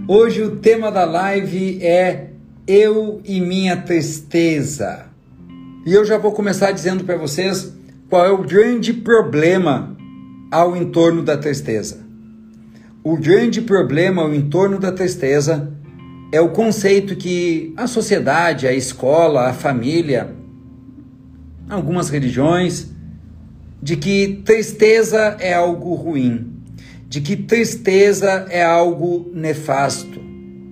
Hoje o tema da live é eu e minha tristeza. E eu já vou começar dizendo para vocês qual é o grande problema ao entorno da tristeza. O grande problema ao entorno da tristeza é o conceito que a sociedade, a escola, a família, algumas religiões, de que tristeza é algo ruim, de que tristeza é algo nefasto.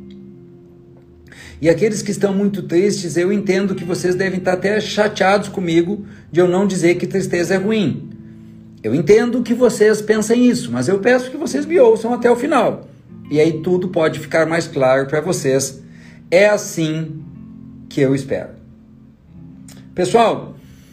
E aqueles que estão muito tristes, eu entendo que vocês devem estar até chateados comigo de eu não dizer que tristeza é ruim. Eu entendo que vocês pensem isso, mas eu peço que vocês me ouçam até o final. E aí tudo pode ficar mais claro para vocês. É assim que eu espero. Pessoal,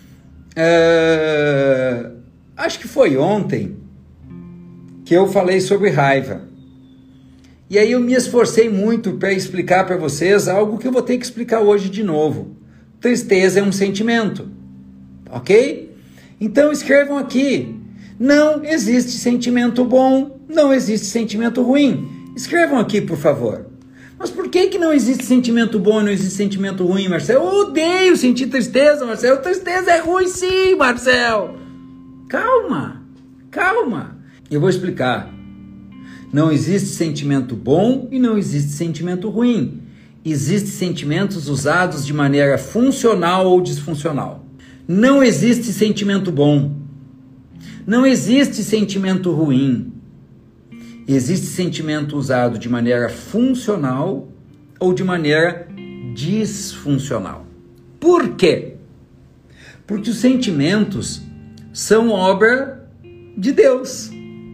acho que foi ontem que eu falei sobre raiva. E aí eu me esforcei muito para explicar para vocês algo que eu vou ter que explicar hoje de novo. Tristeza é um sentimento, ok? Então escrevam aqui. Não existe sentimento bom, não existe sentimento ruim. Escrevam aqui, por favor. Mas por que não existe sentimento bom e não existe sentimento ruim, Marcel? Eu odeio sentir tristeza, Marcel. Tristeza é ruim sim, Marcel. Calma, calma. Eu vou explicar. Não existe sentimento bom e não existe sentimento ruim. Existem sentimentos usados de maneira funcional ou disfuncional. Não existe sentimento bom. Não existe sentimento ruim. Existe sentimento usado de maneira funcional ou de maneira disfuncional. Por quê? Porque os sentimentos são obra de Deus.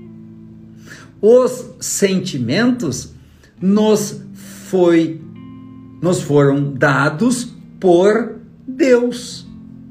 Os sentimentos nos foram dados por Deus.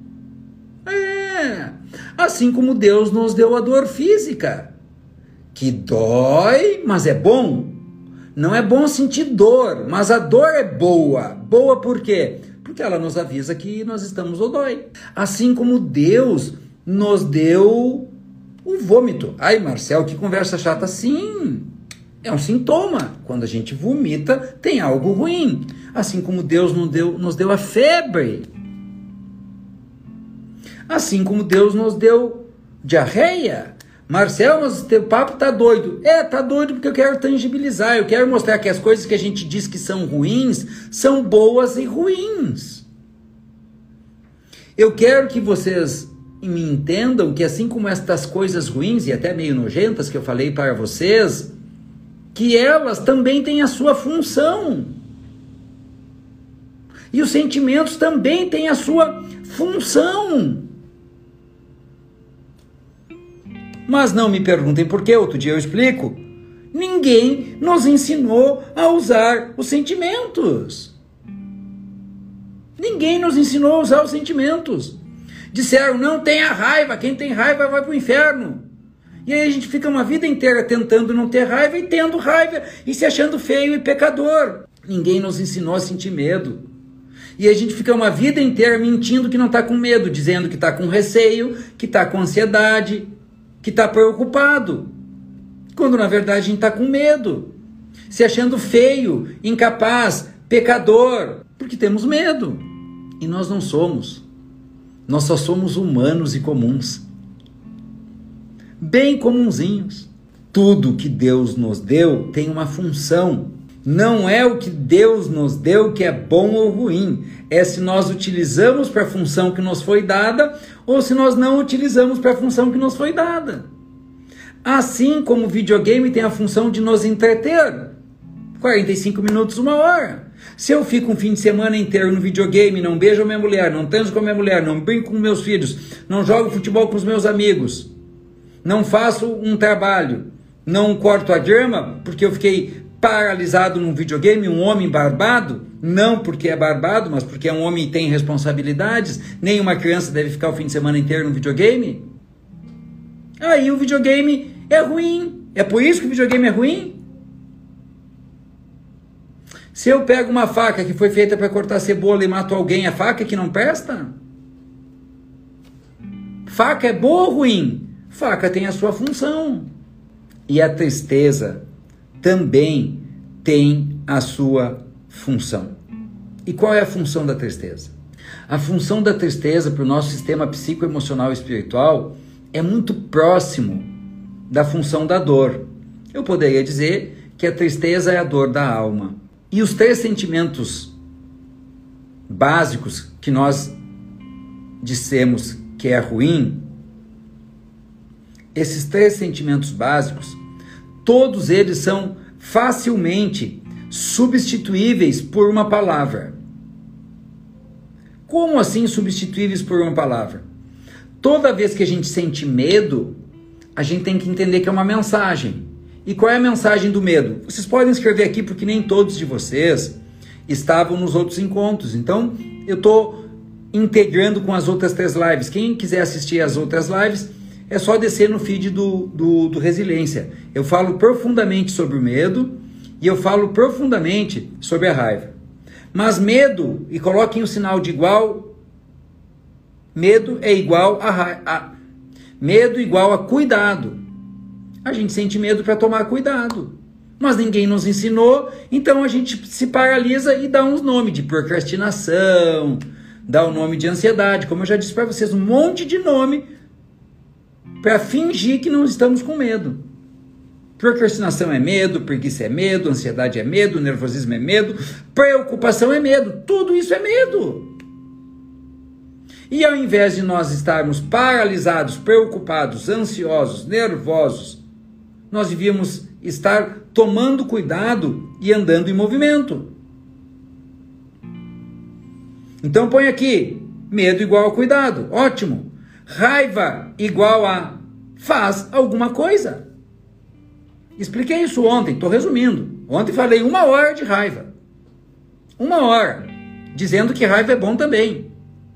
Assim como Deus nos deu a dor física, que dói, mas é bom. Não é bom sentir dor, mas a dor é boa. Boa por quê? Porque ela nos avisa que nós estamos dodói. Assim como Deus nos deu o vômito. Ai, Marcel, que conversa chata. Sim, é um sintoma. Quando a gente vomita, tem algo ruim. Assim como Deus nos deu a febre. Assim como Deus nos deu diarreia. Marcel, mas teu papo tá doido. Tá doido porque eu quero tangibilizar. Eu quero mostrar que as coisas que a gente diz que são ruins, são boas e ruins. Eu quero que vocês me entendam que assim como estas coisas ruins e até meio nojentas que eu falei para vocês, que elas também têm a sua função. E os sentimentos também têm a sua função. Mas não me perguntem por quê, outro dia eu explico. Ninguém nos ensinou a usar os sentimentos. Ninguém nos ensinou a usar os sentimentos. Disseram, não tenha raiva, quem tem raiva vai para o inferno. E aí a gente fica uma vida inteira tentando não ter raiva e tendo raiva e se achando feio e pecador. Ninguém nos ensinou a sentir medo. E a gente fica uma vida inteira mentindo que não está com medo, dizendo que está com receio, que está com ansiedade, que está preocupado. Quando na verdade a gente está com medo. Se achando feio, incapaz, pecador, porque temos medo. E nós não somos. Nós só somos humanos e comuns. Bem comunzinhos. Tudo que Deus nos deu tem uma função. Não é o que Deus nos deu que é bom ou ruim. É se nós utilizamos para a função que nos foi dada ou se nós não utilizamos para a função que nos foi dada. Assim como o videogame tem a função de nos entreter. 45 minutos, 1 hora. Se eu fico um fim de semana inteiro no videogame, não beijo a minha mulher, não transo com a minha mulher, não brinco com meus filhos, não jogo futebol com os meus amigos, não faço um trabalho, não corto a grama porque eu fiquei paralisado num videogame, um homem barbado, não porque é barbado, mas porque é um homem e tem responsabilidades, nem uma criança deve ficar o fim de semana inteiro no videogame, aí o videogame é ruim. É por isso que o videogame é ruim? Se eu pego uma faca que foi feita para cortar cebola e mato alguém, a faca que não presta? Faca é boa ou ruim? Faca tem a sua função. E a tristeza também tem a sua função. E qual é a função da tristeza? A função da tristeza para o nosso sistema psicoemocional e espiritual é muito próximo da função da dor. Eu poderia dizer que a tristeza é a dor da alma. E os 3 sentimentos básicos que nós dissemos que é ruim, esses 3 sentimentos básicos, todos eles são facilmente substituíveis por uma palavra. Como assim substituíveis por uma palavra? Toda vez que a gente sente medo, a gente tem que entender que é uma mensagem. E qual é a mensagem do medo? Vocês podem escrever aqui, porque nem todos de vocês estavam nos outros encontros. Então, eu estou integrando com as outras 3 lives. Quem quiser assistir as outras lives, é só descer no feed do Resiliência. Eu falo profundamente sobre o medo e eu falo profundamente sobre a raiva. Mas medo, e coloquem o sinal de igual, medo é igual medo igual a cuidado. A gente sente medo para tomar cuidado, mas ninguém nos ensinou, então a gente se paralisa e dá uns nomes de procrastinação, dá o nome de ansiedade, como eu já disse para vocês, um monte de nome para fingir que não estamos com medo. Procrastinação é medo, preguiça é medo, ansiedade é medo, nervosismo é medo, preocupação é medo, tudo isso é medo. E ao invés de nós estarmos paralisados, preocupados, ansiosos, nervosos, nós devíamos estar tomando cuidado e andando em movimento. Então põe aqui, medo igual a cuidado, ótimo. Raiva igual a faz alguma coisa. Expliquei isso ontem, estou resumindo. Ontem falei 1 hora de raiva. 1 hora. Dizendo que raiva é bom também.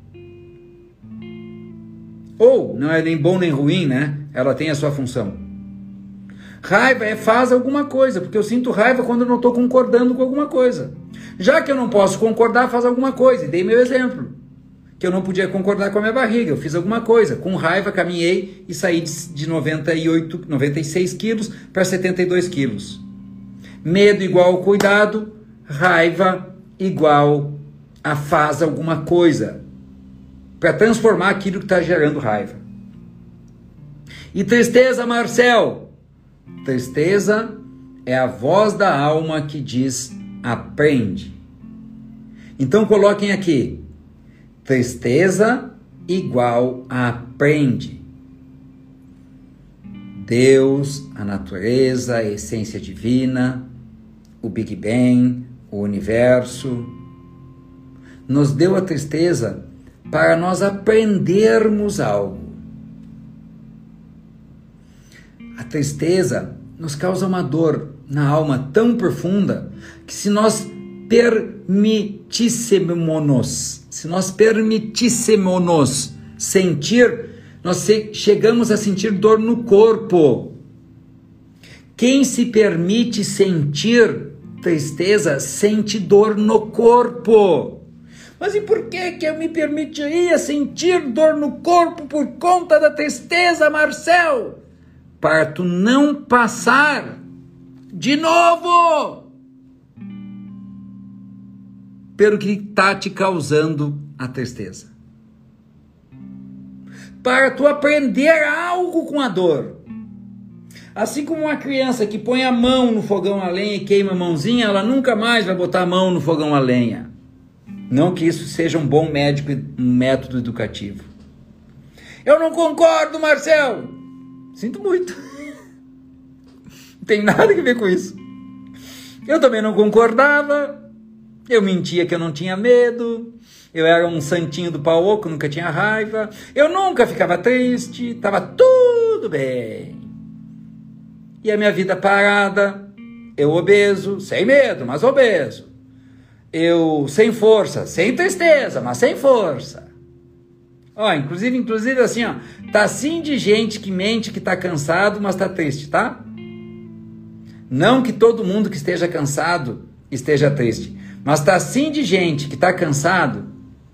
Ou, não é nem bom nem ruim, né? Ela tem a sua função. Raiva é faz alguma coisa, porque eu sinto raiva quando eu não estou concordando com alguma coisa. Já que eu não posso concordar, faz alguma coisa. E dei meu exemplo. Que eu não podia concordar com a minha barriga, eu fiz alguma coisa. Com raiva, caminhei e saí de 96 quilos para 72 quilos. Medo igual cuidado, raiva igual a faz alguma coisa. Para transformar aquilo que está gerando raiva. E tristeza, Marcel? Tristeza é a voz da alma que diz, aprende. Então coloquem aqui. Tristeza igual a aprende. Deus, a natureza, a essência divina, o Big Bang, o universo, nos deu a tristeza para nós aprendermos algo. A tristeza nos causa uma dor na alma tão profunda que se nós permitíssemos sentir, nós chegamos a sentir dor no corpo. Quem se permite sentir tristeza, sente dor no corpo. Mas e por que eu me permitiria sentir dor no corpo por conta da tristeza, Marcel? Para tu não passar de novo pelo que está te causando a tristeza. Para tu aprender algo com a dor. Assim como uma criança que põe a mão no fogão a lenha e queima a mãozinha, ela nunca mais vai botar a mão no fogão a lenha. Não que isso seja um bom método educativo. Eu não concordo, Marcel. Sinto muito. Não tem nada a ver com isso. Eu também não concordava. Eu mentia que eu não tinha medo. Eu era um santinho do pau oco, nunca tinha raiva. Eu nunca ficava triste. Estava tudo bem. E a minha vida parada. Eu obeso, sem medo, mas obeso. Eu sem força, sem tristeza, mas sem força. Ó, inclusive assim, ó, tá assim de gente que mente que tá cansado, mas tá triste, tá? Não que todo mundo que esteja cansado esteja triste, mas tá assim de gente que tá cansado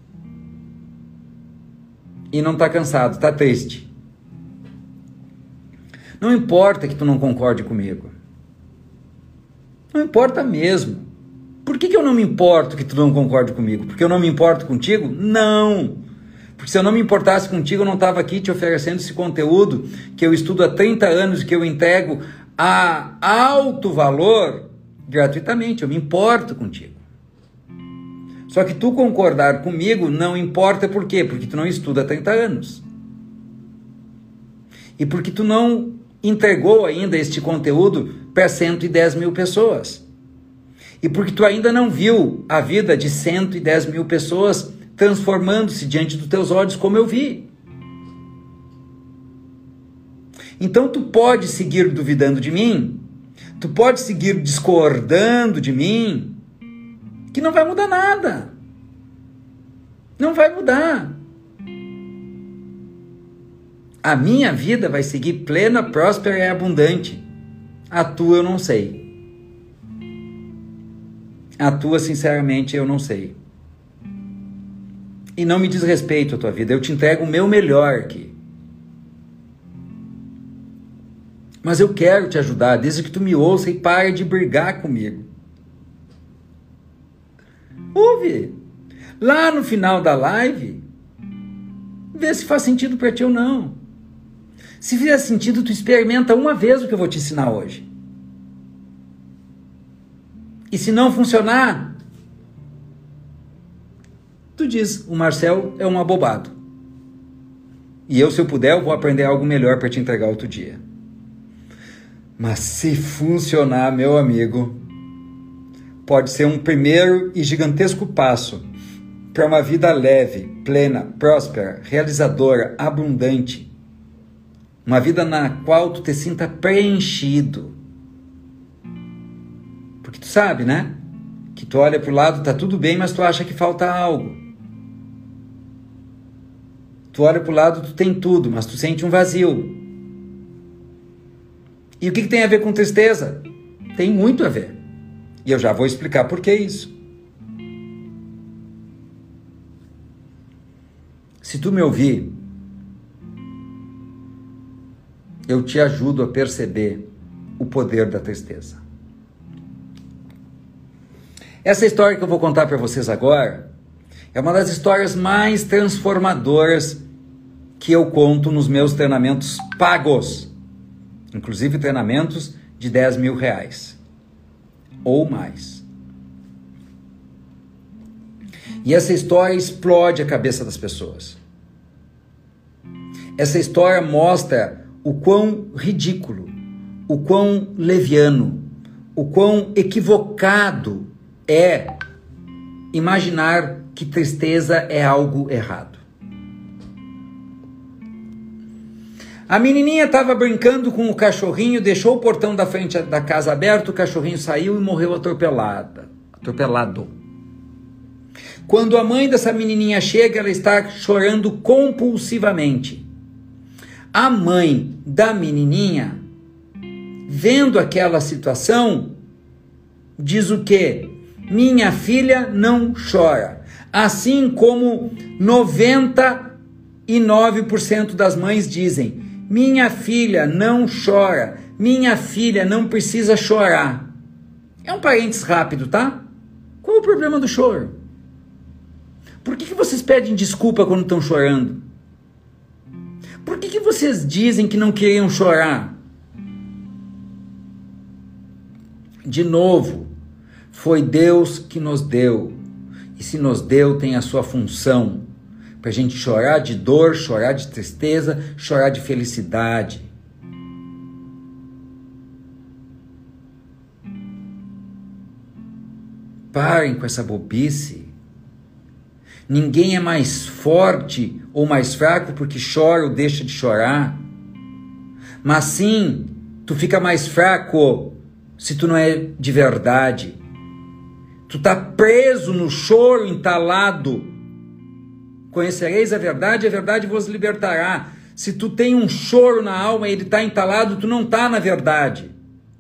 e não tá cansado, tá triste. Não importa que tu não concorde comigo. Não importa mesmo. Por que eu não me importo que tu não concorde comigo? Porque eu não me importo contigo? Não! Porque se eu não me importasse contigo, eu não estava aqui te oferecendo esse conteúdo que eu estudo há 30 anos e que eu entrego a alto valor gratuitamente. Eu me importo contigo. Só que tu concordar comigo não importa por quê? Porque tu não estuda há 30 anos. E porque tu não entregou ainda este conteúdo para 110 mil pessoas. E porque tu ainda não viu a vida de 110 mil pessoas transformando-se diante dos teus olhos como eu vi. Então tu pode seguir duvidando de mim, tu pode seguir discordando de mim, que não vai mudar nada. Não vai mudar. A minha vida vai seguir plena, próspera e abundante. A tua eu não sei. A tua, sinceramente, eu não sei. E não me diz respeito a tua vida. Eu te entrego o meu melhor aqui. Mas eu quero te ajudar, desde que tu me ouça e pare de brigar comigo. Ouve. Lá no final da live, vê se faz sentido para ti ou não. Se fizer sentido, tu experimenta uma vez o que eu vou te ensinar hoje. E se não funcionar, tu diz, o Marcel é um abobado. E eu, se eu puder, eu vou aprender algo melhor para te entregar outro dia. Mas se funcionar, meu amigo, pode ser um primeiro e gigantesco passo para uma vida leve, plena, próspera, realizadora, abundante. Uma vida na qual tu te sinta preenchido. Porque tu sabe, né? Que tu olha para o lado, tá tudo bem, mas tu acha que falta algo. Tu olha para o lado, tu tem tudo, mas tu sente um vazio. E o que tem a ver com tristeza? Tem muito a ver. E eu já vou explicar por que isso. Se tu me ouvir, eu te ajudo a perceber o poder da tristeza. Essa história que eu vou contar para vocês agora é uma das histórias mais transformadoras que eu conto nos meus treinamentos pagos. Inclusive treinamentos de 10 mil reais ou mais. E essa história explode a cabeça das pessoas. Essa história mostra o quão ridículo, o quão leviano, o quão equivocado é imaginar que tristeza é algo errado. A menininha estava brincando com o cachorrinho, deixou o portão da frente da casa aberto, o cachorrinho saiu e morreu atropelado. Quando a mãe dessa menininha chega, ela está chorando compulsivamente. A mãe da menininha, vendo aquela situação, diz o quê? Minha filha não chora. Assim como 99% das mães dizem, minha filha não chora, minha filha não precisa chorar. É um parênteses rápido, tá? Qual é o problema do choro? Por que vocês pedem desculpa quando estão chorando? Por que vocês dizem que não queriam chorar? De novo, foi Deus que nos deu. E se nos deu, tem a sua função. Para a gente chorar de dor, chorar de tristeza, chorar de felicidade. Parem com essa bobice. Ninguém é mais forte ou mais fraco porque chora ou deixa de chorar. Mas sim, tu fica mais fraco se tu não é de verdade. Tu tá preso no choro entalado. Conhecereis a verdade vos libertará. Se tu tem um choro na alma e ele está entalado, tu não está na verdade.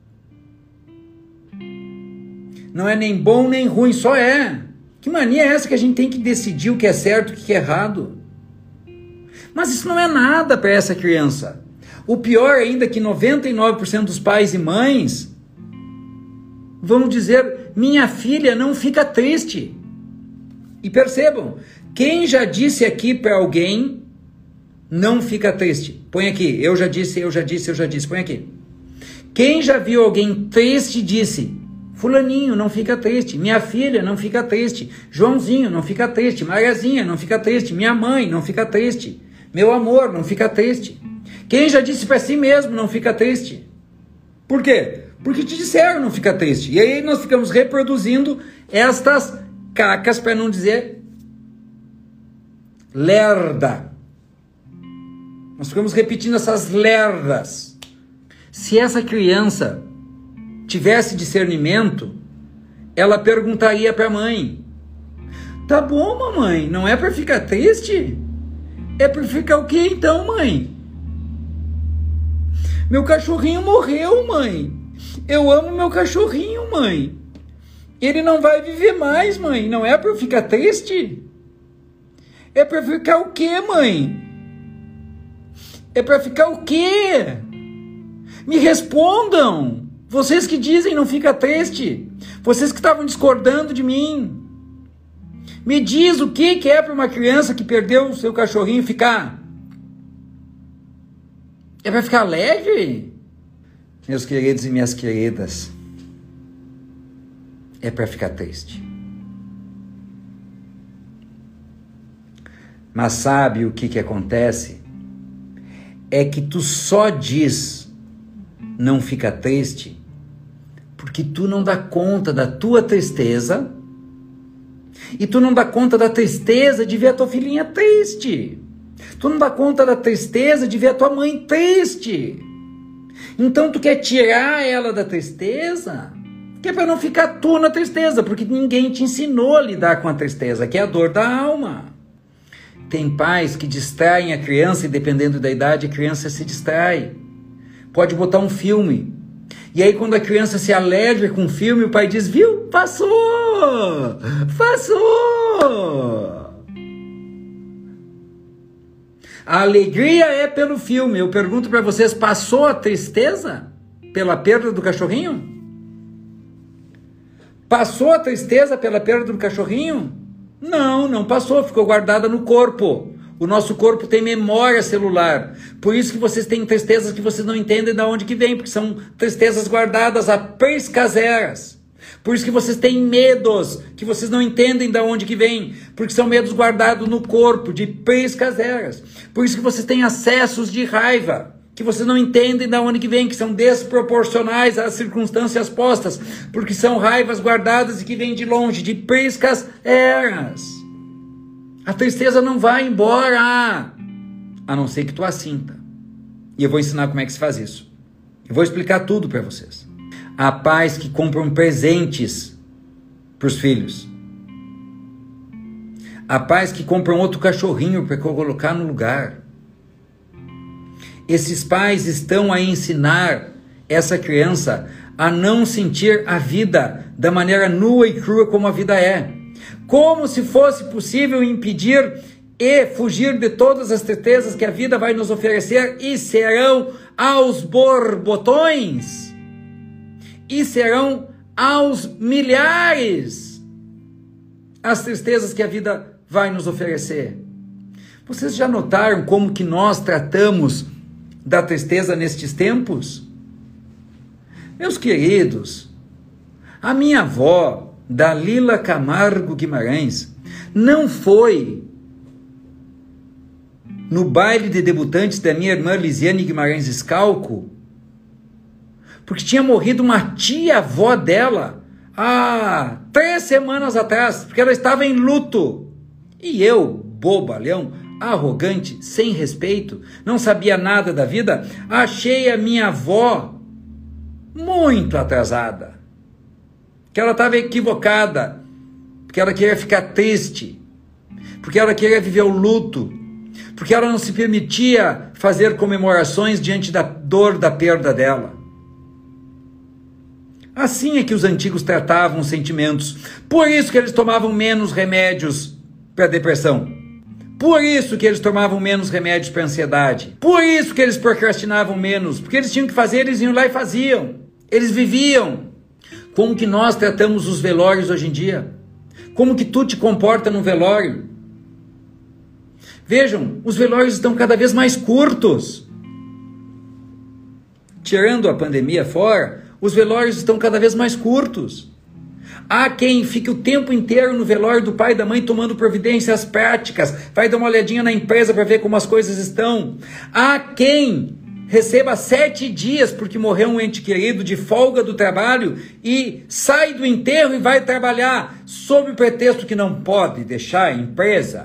Não é nem bom nem ruim, só é. Que mania é essa que a gente tem que decidir o que é certo e o que é errado? Mas isso não é nada para essa criança. O pior ainda é que 99% dos pais e mães vão dizer: minha filha, não fica triste. E percebam, quem já disse aqui para alguém, não fica triste? Põe aqui, eu já disse, põe aqui. Quem já viu alguém triste disse: fulaninho, não fica triste. Minha filha, não fica triste. Joãozinho, não fica triste. Mariazinha, não fica triste. Minha mãe, não fica triste. Meu amor, não fica triste. Quem já disse para si mesmo, não fica triste? Por quê? Porque te disseram não fica triste. E aí nós ficamos reproduzindo estas cacas, para não dizer lerda. Nós ficamos repetindo essas lerdas. Se essa criança tivesse discernimento, ela perguntaria para a mãe: tá bom, mamãe, não é para ficar triste? É para ficar o quê então, mãe? Meu cachorrinho morreu, mãe. Eu amo meu cachorrinho, mãe. Ele não vai viver mais, mãe. Não é para eu ficar triste? É para ficar o quê, mãe? É para ficar o quê? Me respondam. Vocês que dizem não fica triste. Vocês que estavam discordando de mim. Me diz o que é para uma criança que perdeu o seu cachorrinho ficar? É para ficar alegre? Meus queridos e minhas queridas, é para ficar triste. Mas sabe o que acontece? É que tu só diz não fica triste porque tu não dá conta da tua tristeza e tu não dá conta da tristeza de ver a tua filhinha triste. Tu não dá conta da tristeza de ver a tua mãe triste. Então tu quer tirar ela da tristeza, que é para não ficar tu na tristeza, porque ninguém te ensinou a lidar com a tristeza, que é a dor da alma. Tem pais que distraem a criança e dependendo da idade a criança se distrai. Pode botar um filme. E aí quando a criança se alegra com o filme, o pai diz: viu? Passou! A alegria é pelo filme. Eu pergunto para vocês, passou a tristeza pela perda do cachorrinho? Passou a tristeza pela perda do cachorrinho? Não passou, ficou guardada no corpo. O nosso corpo tem memória celular. Por isso que vocês têm tristezas que vocês não entendem de onde que vem, porque são tristezas guardadas a pescazeras. Por isso que vocês têm medos que vocês não entendem de onde que vem, porque são medos guardados no corpo, de pescazeras. Por isso que vocês têm acessos de raiva, que vocês não entendem de onde que vem, que são desproporcionais às circunstâncias postas, porque são raivas guardadas e que vêm de longe, de pescazeras. A tristeza não vai embora, a não ser que tu a sinta. E eu vou ensinar como é que se faz isso. Eu vou explicar tudo para vocês. Há pais que compram presentes para os filhos. Há pais que compram outro cachorrinho para colocar no lugar. Esses pais estão a ensinar essa criança a não sentir a vida da maneira nua e crua como a vida é. Como se fosse possível impedir e fugir de todas as tristezas que a vida vai nos oferecer e serão aos borbotões. E serão aos milhares as tristezas que a vida vai nos oferecer. Vocês já notaram como que nós tratamos da tristeza nestes tempos? Meus queridos, a minha avó, Dalila Camargo Guimarães, não foi no baile de debutantes da minha irmã Lisiane Guimarães Scalco, porque tinha morrido uma tia-avó dela há 3 semanas atrás, porque ela estava em luto. E eu, bobalhão, arrogante, sem respeito, não sabia nada da vida, achei a minha avó muito atrasada, que ela estava equivocada, porque ela queria ficar triste, porque ela queria viver o luto, porque ela não se permitia fazer comemorações diante da dor da perda dela. Assim é que os antigos tratavam os sentimentos. Por isso que eles tomavam menos remédios para depressão. Por isso que eles tomavam menos remédios para ansiedade. Por isso que eles procrastinavam menos. Porque eles tinham que fazer, eles iam lá e faziam. Eles viviam. Como que nós tratamos os velórios hoje em dia? Como que tu te comporta no velório? Vejam, os velórios estão cada vez mais curtos. Tirando a pandemia fora, os velórios estão cada vez mais curtos. Há quem fique o tempo inteiro no velório do pai e da mãe tomando providências práticas, vai dar uma olhadinha na empresa para ver como as coisas estão. Há quem receba 7 dias porque morreu um ente querido de folga do trabalho e sai do enterro e vai trabalhar sob o pretexto que não pode deixar a empresa.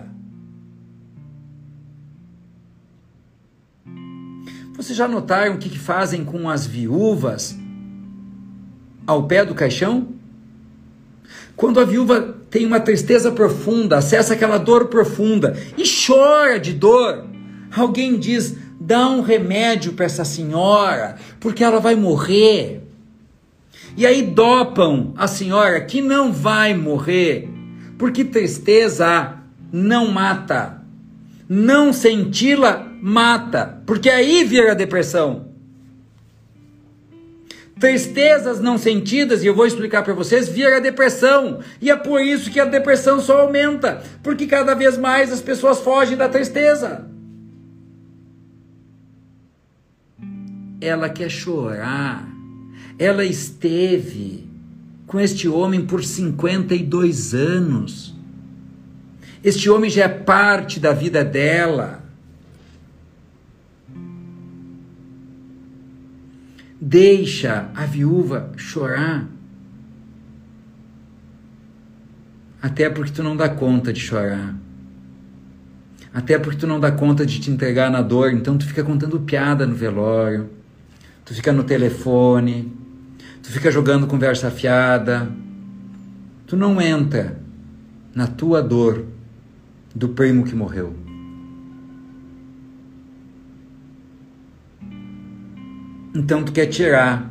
Vocês já notaram o que fazem com as viúvas ao pé do caixão? Quando a viúva tem uma tristeza profunda, acessa aquela dor profunda e chora de dor, alguém diz: dá um remédio para essa senhora, porque ela vai morrer. E aí dopam a senhora que não vai morrer, porque tristeza não mata. Não senti-la mata, porque aí vira depressão. Tristezas não sentidas, e eu vou explicar para vocês, vira depressão. E é por isso que a depressão só aumenta, porque cada vez mais as pessoas fogem da tristeza. Ela quer chorar. Ela esteve com este homem por 52 anos. Este homem já é parte da vida dela. Deixa a viúva chorar. Até porque tu não dá conta de chorar. Até porque tu não dá conta de te entregar na dor. Então tu fica contando piada no velório. Tu fica no telefone. Tu fica jogando conversa fiada. Tu não entra na tua dor do primo que morreu. Então tu quer tirar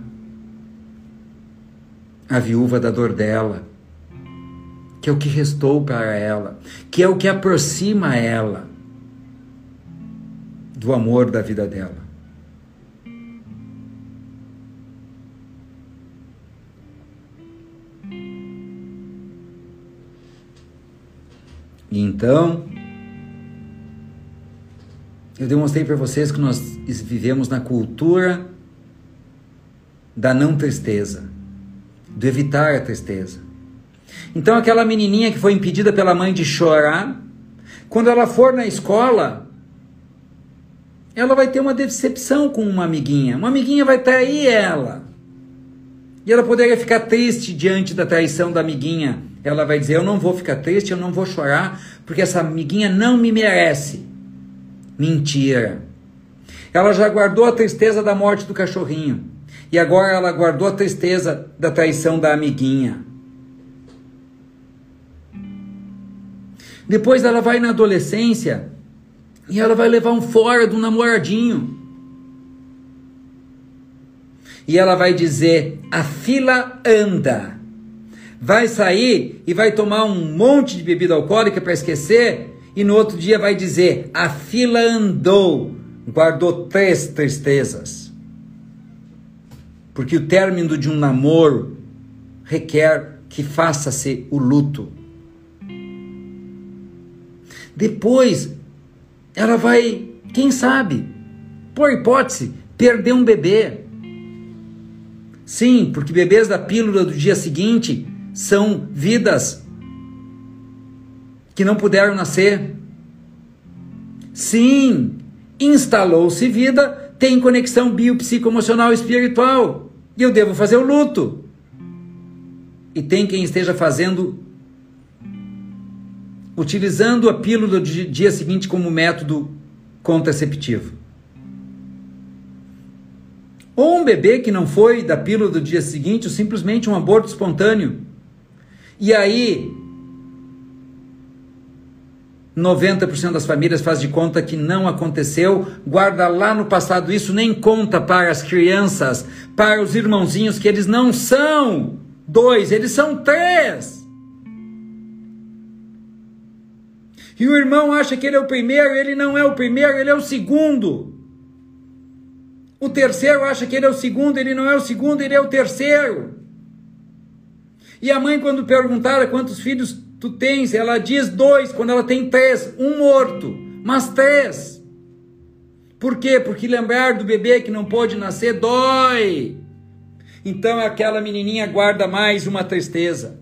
a viúva da dor dela, que é o que restou para ela, que é o que aproxima ela do amor da vida dela. E então, eu demonstrei para vocês que nós vivemos na cultura da não tristeza, do evitar a tristeza. Então aquela menininha que foi impedida pela mãe de chorar, quando ela for na escola, ela vai ter uma decepção com uma amiguinha vai trair ela, e ela poderia ficar triste diante da traição da amiguinha. Ela vai dizer: eu não vou ficar triste, eu não vou chorar, porque essa amiguinha não me merece. Mentira. Ela já guardou a tristeza da morte do cachorrinho, e agora ela guardou a tristeza da traição da amiguinha. Depois ela vai na adolescência, e ela vai levar um fora do namoradinho. E ela vai dizer: a fila anda. Vai sair e vai tomar um monte de bebida alcoólica para esquecer, e no outro dia vai dizer: a fila andou, guardou 3 tristezas. Porque o término de um namoro requer que faça-se o luto. Depois, ela vai, quem sabe, por hipótese, perder um bebê. Sim, porque bebês da pílula do dia seguinte são vidas que não puderam nascer. Sim, instalou-se vida, tem conexão biopsicoemocional e espiritual, e eu devo fazer o luto. E tem quem esteja utilizando a pílula do dia seguinte como método contraceptivo. Ou um bebê que não foi da pílula do dia seguinte, ou simplesmente um aborto espontâneo. E aí, 90% das famílias faz de conta que não aconteceu, guarda lá no passado isso, nem conta para as crianças, para os irmãozinhos, que eles não são 2, eles são 3. E o irmão acha que ele é o primeiro, ele não é o primeiro, ele é o segundo. O terceiro acha que ele é o segundo, ele não é o segundo, ele é o terceiro. E a mãe, quando perguntaram quantos filhos tu tens, ela diz 2, quando ela tem 3, um morto, mas 3. Por quê? Porque lembrar do bebê que não pôde nascer dói. Então aquela menininha guarda mais uma tristeza.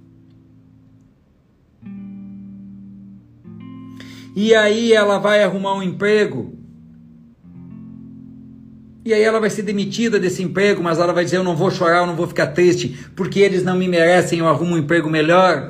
E aí ela vai arrumar um emprego. E aí ela vai ser demitida desse emprego, mas ela vai dizer, eu não vou chorar, eu não vou ficar triste, porque eles não me merecem, eu arrumo um emprego melhor.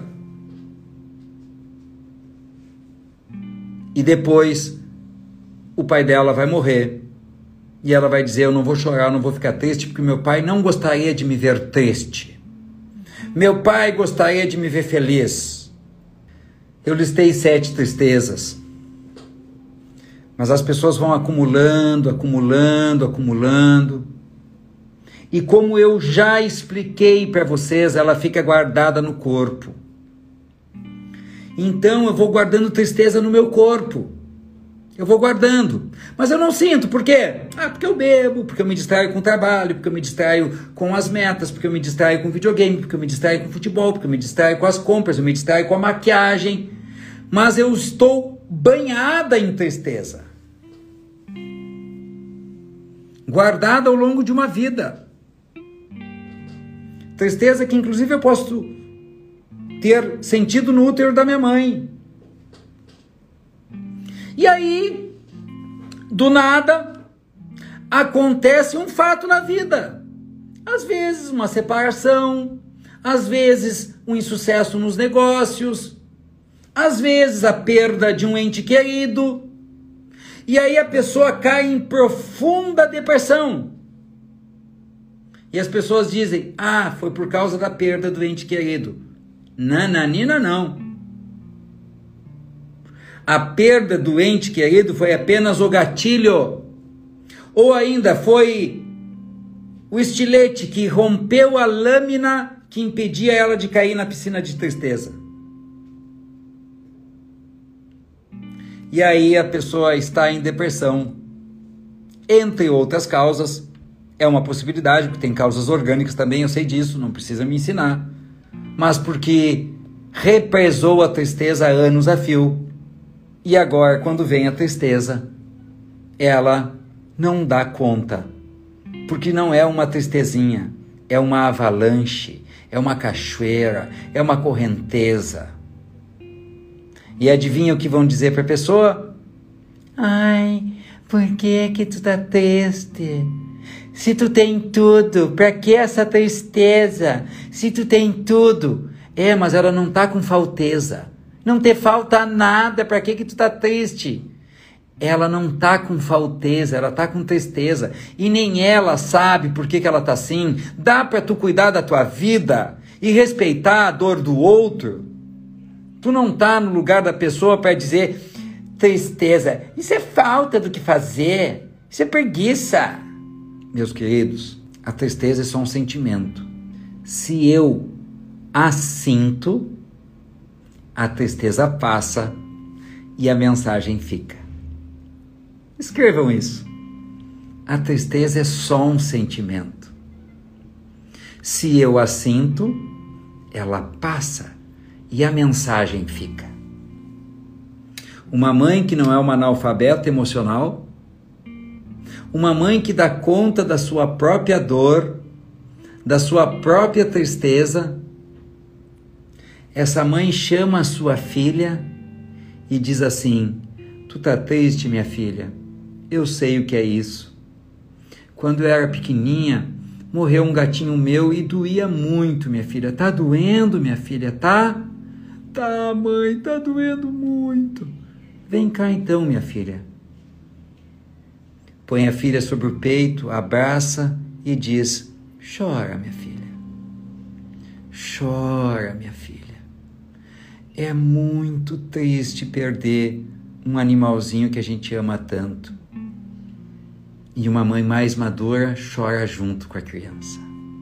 E depois, o pai dela vai morrer. E ela vai dizer, eu não vou chorar, eu não vou ficar triste, porque meu pai não gostaria de me ver triste. Meu pai gostaria de me ver feliz. Eu listei 7 tristezas. Mas as pessoas vão acumulando. E como eu já expliquei para vocês, ela fica guardada no corpo. Então eu vou guardando tristeza no meu corpo. Eu vou guardando. Mas eu não sinto. Por quê? Porque eu bebo, porque eu me distraio com o trabalho, porque eu me distraio com as metas, porque eu me distraio com o videogame, porque eu me distraio com o futebol, porque eu me distraio com as compras, eu me distraio com a maquiagem. Mas eu estou banhada em tristeza. Guardada ao longo de uma vida. Tristeza que inclusive eu posso ter sentido no útero da minha mãe. E aí, do nada, acontece um fato na vida. Às vezes uma separação, às vezes um insucesso nos negócios, às vezes a perda de um ente querido. E aí a pessoa cai em profunda depressão. E as pessoas dizem, foi por causa da perda do ente querido. Nananina, não. A perda do ente querido foi apenas o gatilho. Ou ainda foi o estilete que rompeu a lâmina que impedia ela de cair na piscina de tristeza. E aí a pessoa está em depressão. Entre outras causas, é uma possibilidade, porque tem causas orgânicas também, eu sei disso, não precisa me ensinar. Mas porque represou a tristeza há anos a fio. E agora, quando vem a tristeza, ela não dá conta. Porque não é uma tristezinha, é uma avalanche, é uma cachoeira, é uma correnteza. E adivinha o que vão dizer para a pessoa? Por que tu tá triste? Se tu tem tudo, para que essa tristeza? Se tu tem tudo. Mas ela não tá com falteza. Não te falta nada, para que tu tá triste? Ela não tá com falteza, ela tá com tristeza. E nem ela sabe por que ela tá assim. Dá para tu cuidar da tua vida e respeitar a dor do outro? Tu não tá no lugar da pessoa para dizer, tristeza, isso é falta do que fazer, isso é preguiça. Meus queridos, a tristeza é só um sentimento. Se eu a sinto, a tristeza passa e a mensagem fica. Escrevam isso. A tristeza é só um sentimento. Se eu a sinto, ela passa e a mensagem fica. Uma mãe que não é uma analfabeta emocional, uma mãe que dá conta da sua própria dor, da sua própria tristeza, essa mãe chama a sua filha e diz assim, tu tá triste, minha filha? Eu sei o que é isso. Quando eu era pequenininha, morreu um gatinho meu e doía muito, minha filha. Tá doendo, minha filha, tá? Tá, mãe, tá doendo muito. Vem cá então, minha filha. Põe a filha sobre o peito, abraça e diz, chora, minha filha. Chora, minha filha. É muito triste perder um animalzinho que a gente ama tanto. E uma mãe mais madura chora junto com a criança.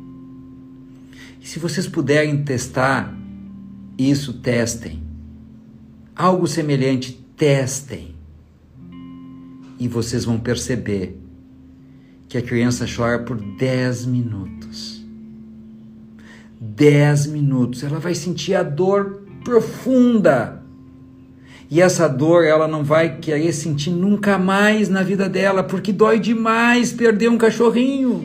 E se vocês puderem testar isso, testem. Algo semelhante, testem. E vocês vão perceber que a criança chora por 10 minutos. 10 minutos. Ela vai sentir a dor profunda. E essa dor ela não vai querer sentir nunca mais na vida dela, porque dói demais perder um cachorrinho.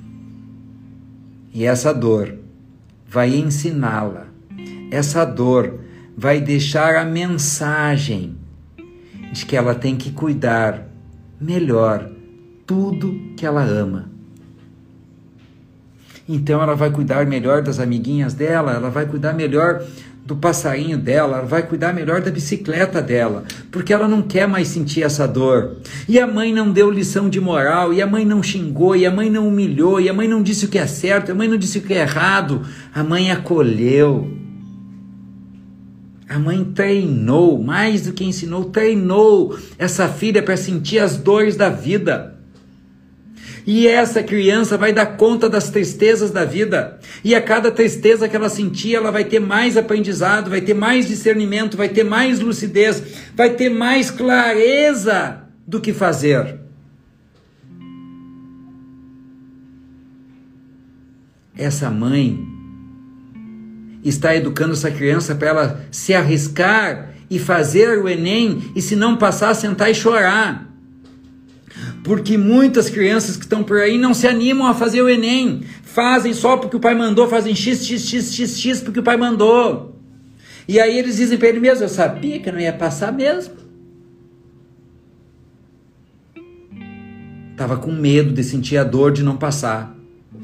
E essa dor vai ensiná-la. Essa dor vai deixar a mensagem de que ela tem que cuidar melhor tudo que ela ama. Então ela vai cuidar melhor das amiguinhas dela, ela vai cuidar melhor do passarinho dela, ela vai cuidar melhor da bicicleta dela, porque ela não quer mais sentir essa dor. E a mãe não deu lição de moral, e a mãe não xingou, e a mãe não humilhou, e a mãe não disse o que é certo, a mãe não disse o que é errado, a mãe acolheu. A mãe treinou, mais do que ensinou, treinou essa filha para sentir as dores da vida. E essa criança vai dar conta das tristezas da vida. E a cada tristeza que ela sentir, ela vai ter mais aprendizado, vai ter mais discernimento, vai ter mais lucidez, vai ter mais clareza do que fazer. Essa mãe está educando essa criança para ela se arriscar e fazer o Enem, e se não passar, sentar e chorar. Porque muitas crianças que estão por aí não se animam a fazer o Enem. Fazem só porque o pai mandou, fazem x porque o pai mandou. E aí eles dizem para ele mesmo, eu sabia que eu não ia passar mesmo. Estava com medo de sentir a dor de não passar.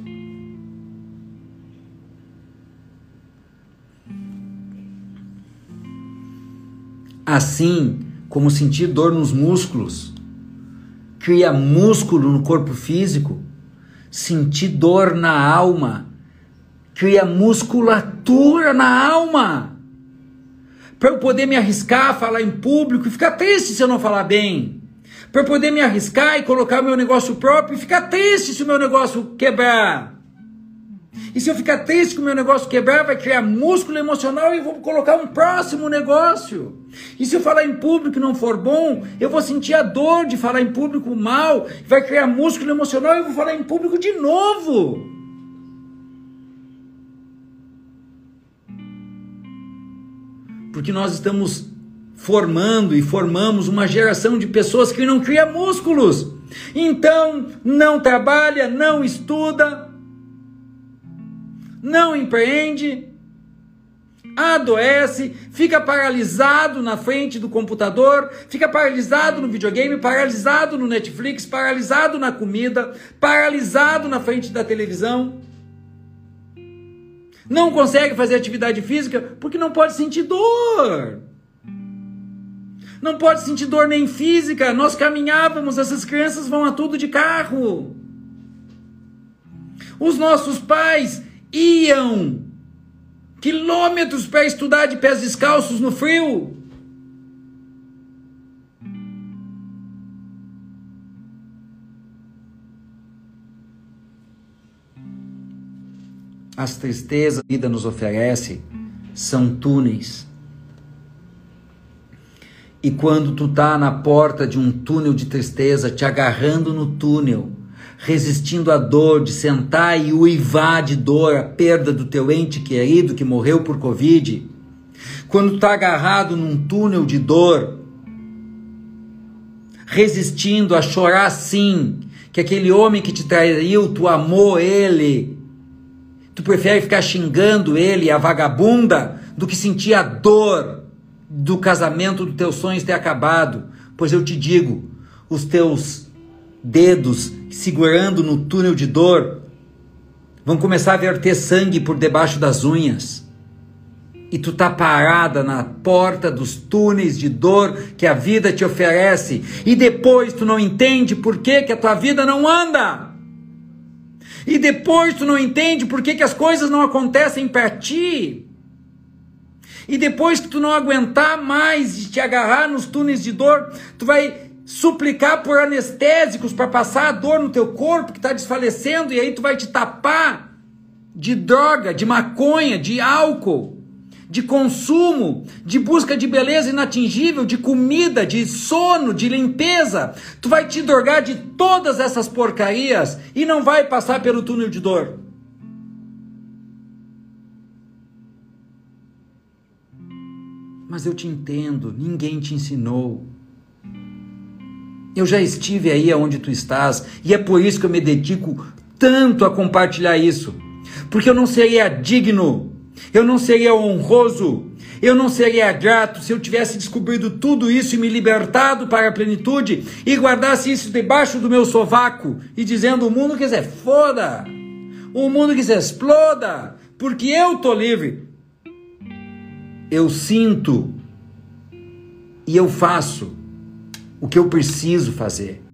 Assim como sentir dor nos músculos cria músculo no corpo físico, sentir dor na alma cria musculatura na alma. Para eu poder me arriscar a falar em público e ficar triste se eu não falar bem. Para eu poder me arriscar e colocar o meu negócio próprio e ficar triste se o meu negócio quebrar. E se eu ficar triste que o meu negócio quebrar, vai criar músculo emocional e eu vou colocar um próximo negócio. E se eu falar em público e não for bom, eu vou sentir a dor de falar em público mal, vai criar músculo emocional e eu vou falar em público de novo. Porque nós estamos formando e formamos uma geração de pessoas que não cria músculos. Então, não trabalha, não estuda, não empreende, adoece, fica paralisado na frente do computador, fica paralisado no videogame, paralisado no Netflix, paralisado na comida, paralisado na frente da televisão. Não consegue fazer atividade física porque não pode sentir dor. Não pode sentir dor nem física. Nós caminhávamos, essas crianças vão a tudo de carro. Os nossos pais iam quilômetros para estudar de pés descalços no frio. As tristezas que a vida nos oferece são túneis. E quando tu tá na porta de um túnel de tristeza, te agarrando no túnel, resistindo à dor de sentar e uivar de dor a perda do teu ente querido que morreu por Covid, quando tu está agarrado num túnel de dor, resistindo a chorar sim, que aquele homem que te traiu, tu amou ele, tu prefere ficar xingando ele, a vagabunda, do que sentir a dor do casamento dos teus sonhos ter acabado. Pois eu te digo, os teus dedos segurando no túnel de dor vão começar a verter sangue por debaixo das unhas, e tu tá parada na porta dos túneis de dor que a vida te oferece, e depois tu não entende por que a tua vida não anda, e depois tu não entende por que as coisas não acontecem para ti, e depois que tu não aguentar mais de te agarrar nos túneis de dor, tu vai suplicar por anestésicos para passar a dor no teu corpo que está desfalecendo, e aí tu vai te tapar de droga, de maconha, de álcool, de consumo, de busca de beleza inatingível, de comida, de sono, de limpeza. Tu vai te drogar de todas essas porcarias e não vai passar pelo túnel de dor. Mas eu te entendo, ninguém te ensinou. Eu já estive aí onde tu estás, e é por isso que eu me dedico tanto a compartilhar isso. Porque eu não seria digno, eu não seria honroso, eu não seria grato se eu tivesse descobrido tudo isso e me libertado para a plenitude e guardasse isso debaixo do meu sovaco e dizendo: o mundo quiser foda, o mundo quiser exploda, porque eu tô livre. Eu sinto e eu faço o que eu preciso fazer.